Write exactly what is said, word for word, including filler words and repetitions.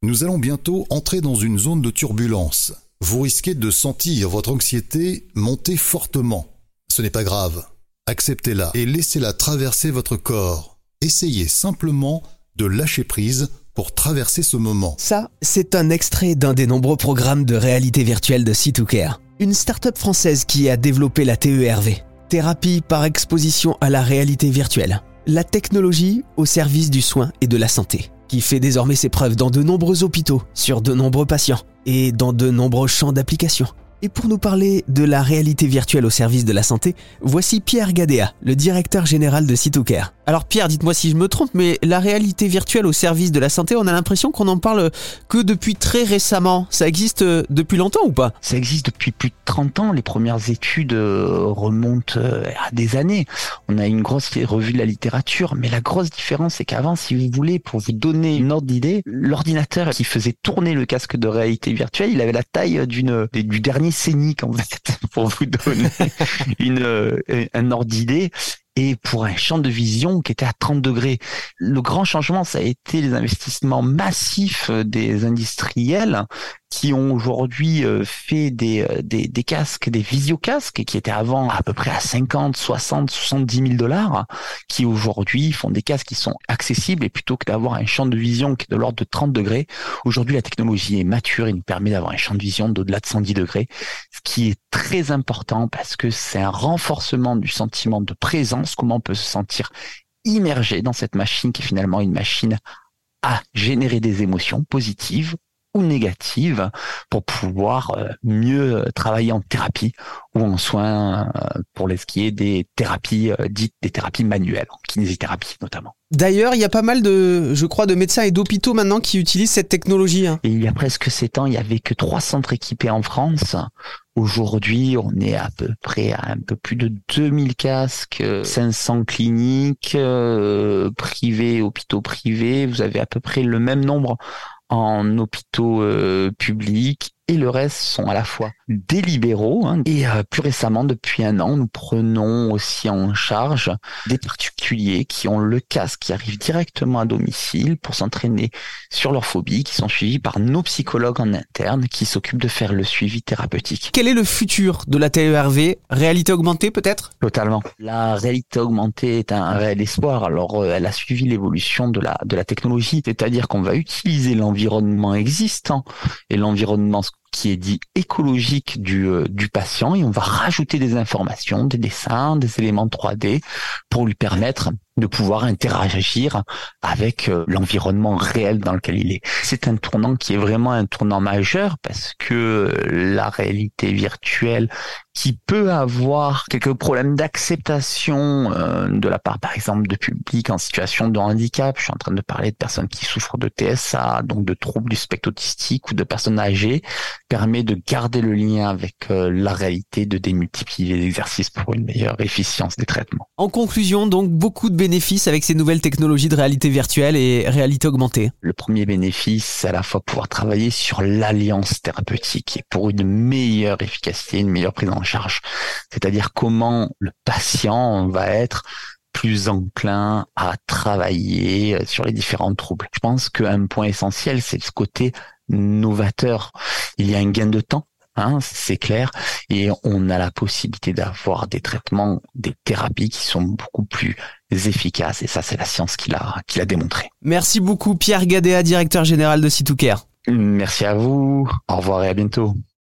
Nous allons bientôt entrer dans une zone de turbulence. Vous risquez de sentir votre anxiété monter fortement. Ce n'est pas grave. Acceptez-la et laissez-la traverser votre corps. Essayez simplement de lâcher prise pour traverser ce moment. Ça, c'est un extrait d'un des nombreux programmes de réalité virtuelle de C deux Care, une start-up française qui a développé la T E R V, thérapie par exposition à la réalité virtuelle, la technologie au service du soin et de la santé, qui fait désormais ses preuves dans de nombreux hôpitaux, sur de nombreux patients et dans de nombreux champs d'application. Et pour nous parler de la réalité virtuelle au service de la santé, voici Pierre Gadea, le directeur général de C deux Care. Alors Pierre, dites-moi si je me trompe, mais la réalité virtuelle au service de la santé, on a l'impression qu'on n'en parle que depuis très récemment. Ça existe depuis longtemps ou pas ? Ça existe depuis plus de trente ans. Les premières études remontent à des années. On a une grosse revue de la littérature, mais la grosse différence, c'est qu'avant, si vous voulez, pour vous donner une ordre d'idée, l'ordinateur qui faisait tourner le casque de réalité virtuelle, il avait la taille d'une du dernier scénic, en fait, pour vous donner une, un ordre d'idée, et pour un champ de vision qui était à trente degrés. Le grand changement, ça a été les investissements massifs des industriels qui ont aujourd'hui fait des, des, des casques, des visiocasques, qui étaient avant à peu près à cinquante, soixante, soixante-dix mille dollars, qui aujourd'hui font des casques qui sont accessibles, et plutôt que d'avoir un champ de vision qui est de l'ordre de trente degrés, aujourd'hui la technologie est mature et nous permet d'avoir un champ de vision d'au-delà de cent dix degrés, ce qui est très important parce que c'est un renforcement du sentiment de présence, comment on peut se sentir immergé dans cette machine qui est finalement une machine à générer des émotions positives ou négatives pour pouvoir mieux travailler en thérapie ou en soins pour ce qui est des thérapies dites des thérapies manuelles, en kinésithérapie notamment. D'ailleurs, il y a pas mal de, je crois, de médecins et d'hôpitaux maintenant qui utilisent cette technologie. Hein. Et il y a presque sept ans, il y avait que trois centres équipés en France. Aujourd'hui, on est à peu près à un peu plus de deux mille casques, cinq cents cliniques euh, privées, hôpitaux privés. Vous avez à peu près le même nombre en hôpitaux euh, publics, et le reste sont à la fois des libéraux, hein, et euh, plus récemment, depuis un an, nous prenons aussi en charge des particuliers qui ont le casque, qui arrivent directement à domicile pour s'entraîner sur leur phobie, qui sont suivis par nos psychologues en interne, qui s'occupent de faire le suivi thérapeutique. Quel est le futur de la T E R V ? Réalité augmentée peut-être ? Totalement. La réalité augmentée est un réel espoir. Alors, euh, elle a suivi l'évolution de la de la technologie, c'est-à-dire qu'on va utiliser l'environnement existant et l'environnement qui est dit écologique du euh, du patient, et on va rajouter des informations, des dessins, des éléments trois D pour lui permettre de pouvoir interagir avec euh, l'environnement réel dans lequel il est. C'est un tournant qui est vraiment un tournant majeur parce que la réalité virtuelle, qui peut avoir quelques problèmes d'acceptation euh, de la part, par exemple, de publics en situation de handicap. Je suis en train de parler de personnes qui souffrent de T S A, donc de troubles du spectre autistique, ou de personnes âgées, permet de garder le lien avec euh, la réalité, de démultiplier les exercices pour une meilleure efficience des traitements. En conclusion, donc, beaucoup de bénéfices avec ces nouvelles technologies de réalité virtuelle et réalité augmentée. Le premier bénéfice, c'est à la fois pouvoir travailler sur l'alliance thérapeutique et pour une meilleure efficacité, une meilleure prise en charge. C'est-à-dire comment le patient va être plus enclin à travailler sur les différents troubles. Je pense qu'un point essentiel, c'est ce côté novateur. Il y a un gain de temps, hein, c'est clair, et on a la possibilité d'avoir des traitements, des thérapies qui sont beaucoup plus efficaces, et ça, c'est la science qui l'a, qui l'a démontré. Merci beaucoup Pierre Gadea, directeur général de C deux Care. Merci à vous, au revoir et à bientôt.